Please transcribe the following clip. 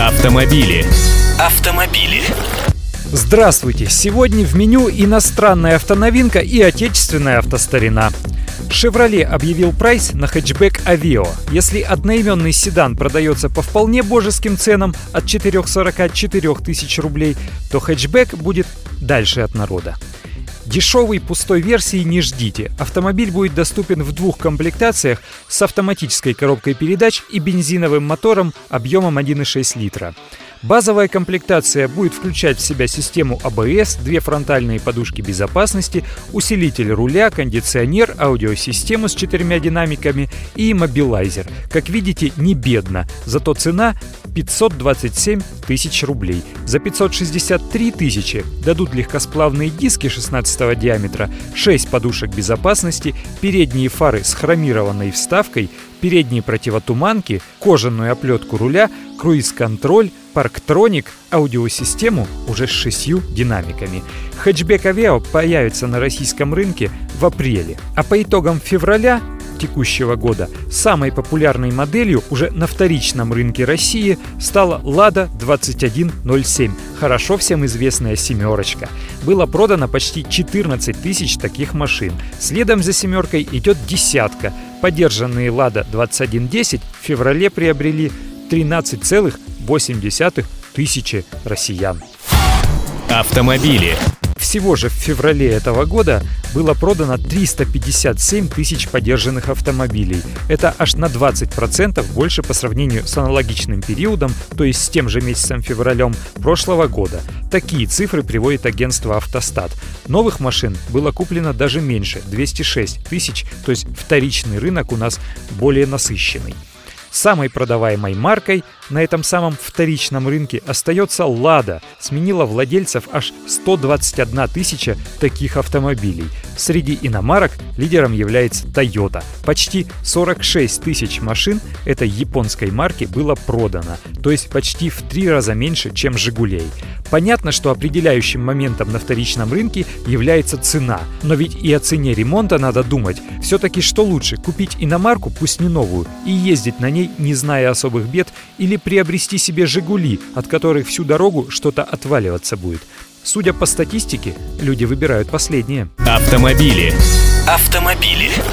Автомобили. Здравствуйте! Сегодня в меню иностранная автоновинка и отечественная автостарина. Chevrolet объявил прайс на хэтчбэк Aveo. Если одноименный седан продается по вполне божеским ценам от 444 тысяч рублей, то хэтчбэк будет дальше от народа. Дешевой пустой версии не ждите. Автомобиль будет доступен в двух комплектациях с автоматической коробкой передач и бензиновым мотором объемом 1,6 литра. Базовая комплектация будет включать в себя систему АБС, две фронтальные подушки безопасности, усилитель руля, кондиционер, аудиосистему с 4 динамиками и мобилайзер. Как видите, не бедно, зато цена 527 тысяч рублей. За 563 тысячи дадут легкосплавные диски 16 диаметра, 6 подушек безопасности, передние фары с хромированной вставкой, передние противотуманки, кожаную оплетку руля, круиз-контроль, парктроник, аудиосистему уже с 6 динамиками. Хэтчбэк Aveo появится на российском рынке в апреле. А по итогам февраля текущего года самой популярной моделью уже на вторичном рынке России стала Lada 2107, хорошо всем известная «семерочка». Было продано почти 14 тысяч таких машин. Следом за «семеркой» идет «десятка». Подержанные Lada 2110 в феврале приобрели 13,8 тысячи россиян. Автомобили. Всего же в феврале этого года было продано 357 тысяч подержанных автомобилей. Это аж на 20% больше по сравнению с аналогичным периодом, то есть с тем же месяцем февралем прошлого года. Такие цифры приводит агентство «Автостат». Новых машин было куплено даже меньше – 206 тысяч, то есть вторичный рынок у нас более насыщенный. Самой продаваемой маркой на этом самом вторичном рынке остается Lada. Сменила владельцев аж 121 тысяча таких автомобилей. Среди иномарок лидером является Toyota. Почти 46 тысяч машин этой японской марки было продано, то есть почти в 3 раза меньше, чем «Жигулей». Понятно, что определяющим моментом на вторичном рынке является цена. Но ведь и о цене ремонта надо думать. Все-таки что лучше, купить иномарку, пусть не новую, и ездить на ней, не зная особых бед, или приобрести себе «Жигули», от которых всю дорогу что-то отваливаться будет? Судя по статистике, люди выбирают последнее. Автомобили.